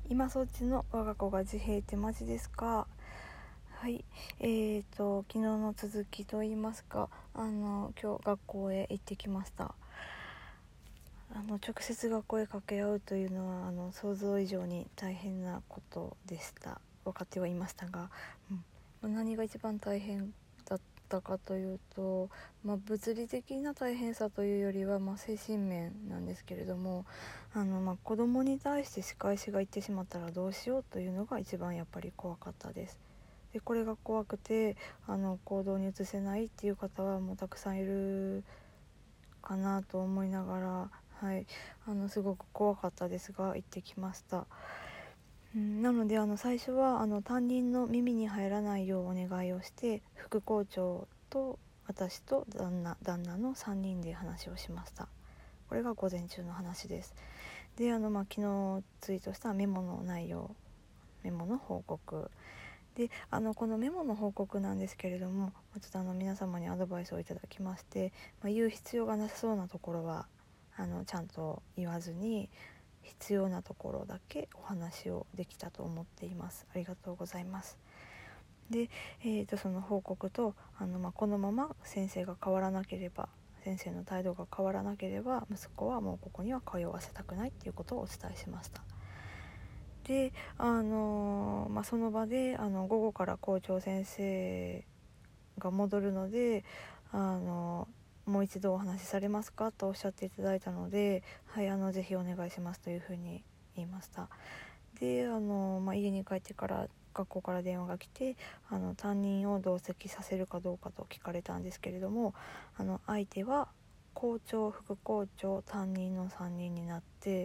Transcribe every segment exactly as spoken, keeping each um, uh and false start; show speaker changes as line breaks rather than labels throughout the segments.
今そっちの我が子が自閉ってマジですか？はい、えーと昨日の続きといいますか、あの今日学校へ行ってきました。あの直接学校へ掛け合うというのはあの想像以上に大変なことでした。分かってはいましたが、うん、何が一番大変だったかというと、まあ、物理的な大変さというよりは、まあ、精神面なんですけれども、あの、まあ、子供に対して仕返しが行ってしまったらどうしようというのが一番やっぱり怖かったです。でこれが怖くてあの行動に移せないっていう方はもうたくさんいるかなと思いながら、はい、あのすごく怖かったですが行ってきました。うん、なのであの最初はあの担任の耳に入らないようお願いをして、副校長と私と旦那旦那のさんにんで話をしました。これが午前中の話です。であの、まあ、昨日ツイートしたメモの内容、メモの報告で、あのこのメモの報告なんですけれども、ちょっとあの皆様にアドバイスをいただきまして、まあ、言う必要がなさそうなところはあのちゃんと言わずに、必要なところだけお話をできたと思っています。ありがとうございます。で、えー、とその報告とあの、まあ、このまま先生が変わらなければ先生の態度が変わらなければ息子はもうここには通わせたくないっていうことをお伝えしました。で、あのーまあ、その場であの午後から校長先生が戻るので、あのもう一度お話しされますかとおっしゃっていただいたので、はい、あのぜひお願いしますというふうに言いました。で、あの、まあ、家に帰ってから学校から電話が来て、あの担任を同席させるかどうかと聞かれたんですけれども、あの相手は校長、副校長、担任のさんにんになって、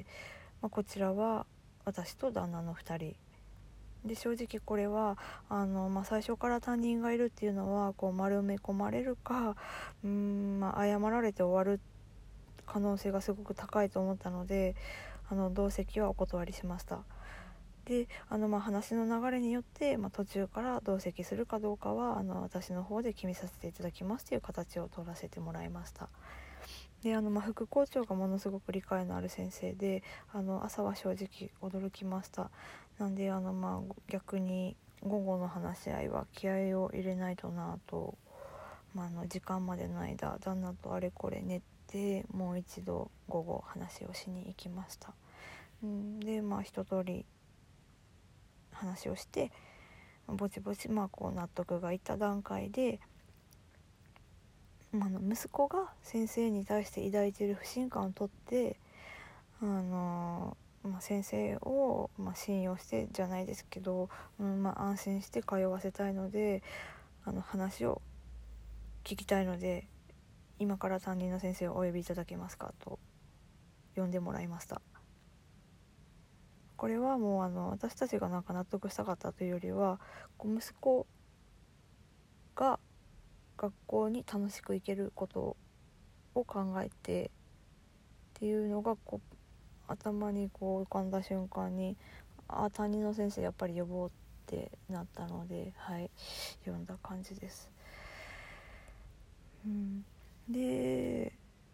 まあ、こちらは私と旦那のふたりで、正直これはあの、まあ、最初から担任がいるっていうのはこう丸め込まれるか、うーん、まあ、謝られて終わる可能性がすごく高いと思ったので、あの同席はお断りしました。であの、まあ、話の流れによって、まあ、途中から同席するかどうかはあの私の方で決めさせていただきますという形を取らせてもらいました。であの、まあ、副校長がものすごく理解のある先生で、あの朝は正直驚きました。なんであの、まあ、逆に午後の話し合いは気合を入れないとなと、まあ、あの時間までの間旦那とあれこれ練ってもう一度午後話をしに行きました。んでまあ一通り話をしてぼちぼちまあこう納得がいった段階で、まあ、の息子が先生に対して抱いている不信感を取ってあの、まあ、先生を、まあ、信用してじゃないですけど、うんまあ、安心して通わせたいのであの話を聞きたいので今から担任の先生をお呼びいただけますかと呼んでもらいました。これはもうあの私たちがなんか納得したかったというよりは、こう息子が学校に楽しく行けることを考えてっていうのがこう頭にこう浮かんだ瞬間に、あ担任の先生やっぱり呼ぼうってなったので、はい読んだ感じです。うん、で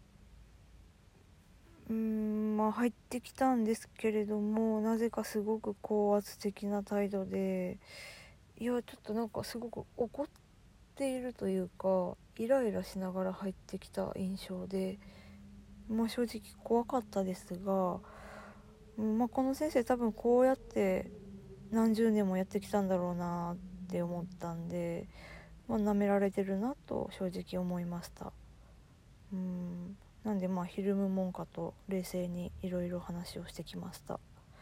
うーんまあ入ってきたんですけれども、なぜかすごく高圧的な態度で、いやちょっとなんかすごく怒っているというかイライラしながら入ってきた印象で、まあ正直怖かったですが、うんまあ、この先生多分こうやって何十年もやってきたんだろうなって思ったんで、まあ、舐められてるなと正直思いました。うんなんでまあひるむもんかと冷静にいろいろ話をしてきました。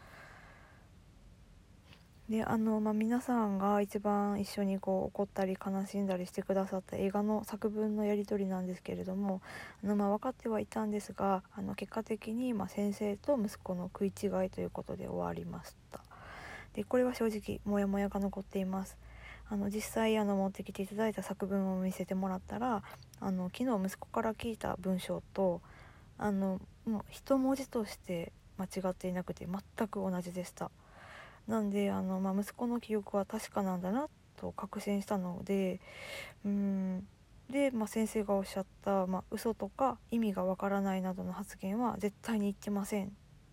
であの、まあ、皆さんが一番一緒にこう怒ったり悲しんだりしてくださった映画の作文のやり取りなんですけれども、あの、まあ、分かってはいたんですが、あの結果的にまあ先生と息子の食い違いということで終わりました。でこれは正直モヤモヤが残っています。あの実際あの持ってきていただいた作文を見せてもらったら、あの昨日息子から聞いた文章とあのもう一文字として間違っていなくて全く同じでした。なんであの、まあ、息子の記憶は確かなんだなと確信したので、うーんで、まあ、先生がおっしゃった、まあ、嘘とか意味がわからないなどの発言は絶対に言ってませんっ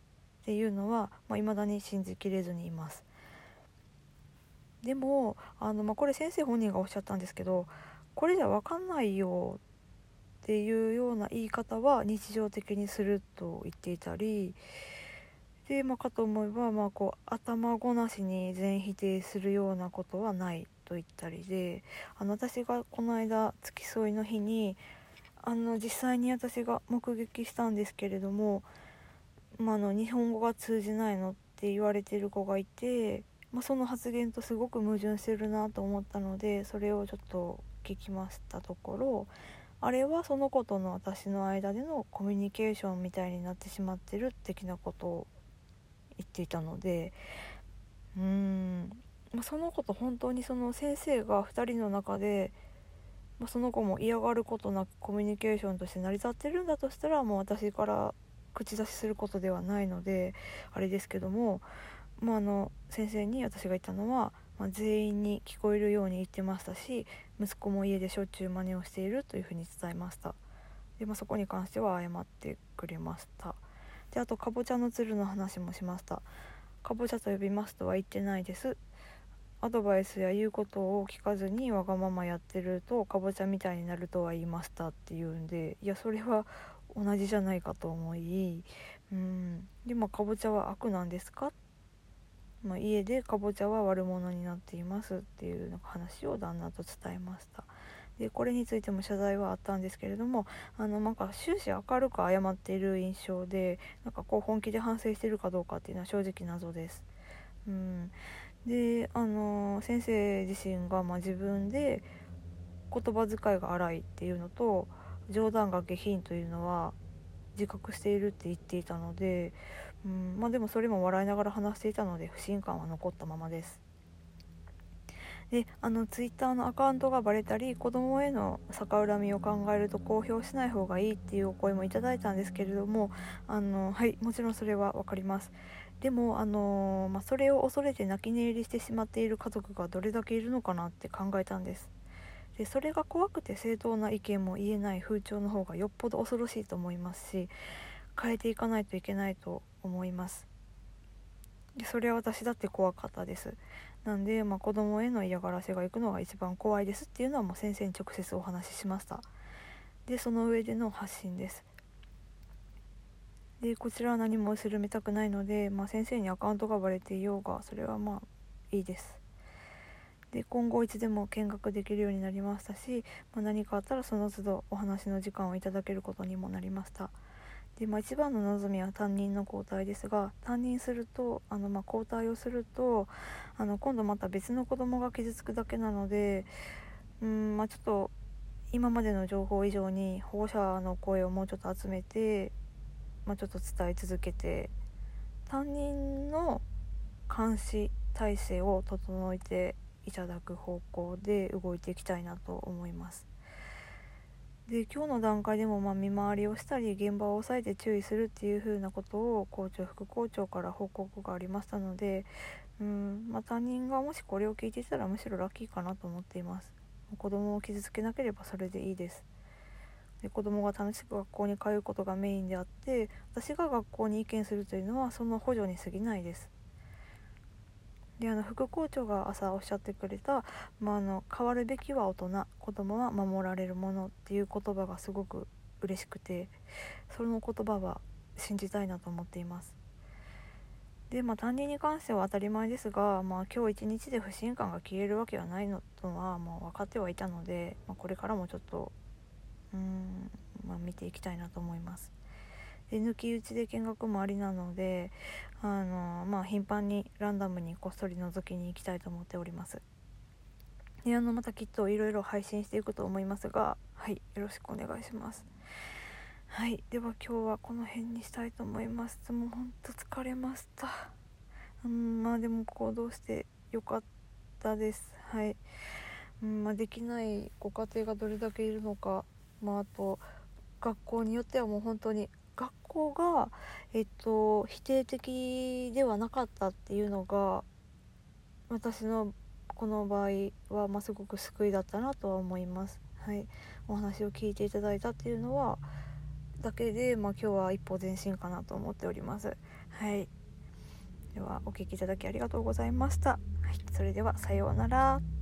っていうのは、まあ、未だに信じきれずにいます。でもあの、まあ、これ先生本人がおっしゃったんですけど、これじゃ分かんないよっていうような言い方は日常的にすると言っていたりで、まあ、かと思えば、まあ、こう頭ごなしに全否定するようなことはないと言ったりで、あの私がこの間付き添いの日にあの実際に私が目撃したんですけれども、まあ、あの日本語が通じないのって言われている子がいて、まあ、その発言とすごく矛盾してるなと思ったので、それをちょっと聞きましたところ、あれはその子との私の間でのコミュニケーションみたいになってしまってる的なことを言っていたので、うーん、まあ、その子と本当にその先生がふたりの中で、まあ、その子も嫌がることなくコミュニケーションとして成り立ってるんだとしたら、もう私から口出しすることではないのであれですけども、まあ、あの先生に私が言ったのは、まあ、全員に聞こえるように言ってましたし、息子も家でしょっちゅう真似をしているというふうに伝えました。で、まあ、そこに関しては謝ってくれました。で、あとかぼちゃのつるの話もしました。かぼちゃと呼びますとは言ってないです。アドバイスや言うことを聞かずにわがままやってるとかぼちゃみたいになるとは言いましたって言うんで、いやそれは同じじゃないかと思い、うん、でもかぼちゃは悪なんですか、まあ、家でかぼちゃは悪者になっていますっていう話を旦那と伝えました。でこれについても謝罪はあったんですけれども、あのなんか終始明るく謝っている印象で、なんかこう本気で反省しているかどうかっていうのは正直謎です。うん、であの先生自身がまあ自分で言葉遣いが荒いっていうのと冗談が下品というのは自覚しているって言っていたので、うん、まあでもそれも笑いながら話していたので不信感は残ったままです。であのツイッターのアカウントがバレたり子供への逆恨みを考えると公表しない方がいいっていうお声もいただいたんですけれども、あのはいもちろんそれは分かります。でもあの、まあ、それを恐れて泣き寝入りしてしまっている家族がどれだけいるのかなって考えたんです。でそれが怖くて正当な意見も言えない風潮の方がよっぽど恐ろしいと思いますし、変えていかないといけないと思います。でそれは私だって怖かったです。なんで、まあ、子供への嫌がらせが行くのが一番怖いですっていうのはもう先生に直接お話ししました。でその上での発信です。でこちらは何も後ろめたくないので、まあ、先生にアカウントがバレていようがそれはまあいいです。で今後いつでも見学できるようになりましたし、まあ、何かあったらその都度お話の時間をいただけることにもなりました。で、まあ、一番の望みは担任の交代ですが、担任するとあの、まあ、交代をするとあの今度また別の子供が傷つくだけなので、うん、まあ、ちょっと今までの情報以上に保護者の声をもうちょっと集めて、まあ、ちょっと伝え続けて担任の監視体制を整えていただく方向で動いていきたいなと思います。で今日の段階でもまあ見回りをしたり現場を抑えて注意するっていう風なことを校長副校長から報告がありましたので、うんまあ、担任がもしこれを聞いていたらむしろラッキーかなと思っています。子供を傷つけなければそれでいいです。で子供が楽しく学校に通うことがメインであって、私が学校に意見するというのはその補助に過ぎないです。であの副校長が朝おっしゃってくれた、まあ、あの変わるべきは大人、子供は守られるものっていう言葉がすごく嬉しくて、その言葉は信じたいなと思っています。で、まあ、担任に関しては当たり前ですが、まあ、今日一日で不信感が消えるわけはないのとはもう分かってはいたので、まあ、これからもちょっとうーん、まあ、見ていきたいなと思います。で抜き打ちで見学もありなので、あの、まあ、頻繁にランダムにこっそり覗きに行きたいと思っております。であのまたきっといろいろ配信していくと思いますが、はいよろしくお願いします。はい、では今日はこの辺にしたいと思います。もうほんと疲れました。うんまあでも行動してよかったです。はい、うんまあ、できないご家庭がどれだけいるのか、まあ、あと学校によってはもう本当に学校が、えっと、否定的ではなかったっていうのが私のこの場合は、まあ、すごく救いだったなとは思います。はい、お話を聞いていただいたっていうのはだけで、まあ、今日は一歩前進かなと思っております。はい、ではお聞きいただきありがとうございました。はい、それではさようなら。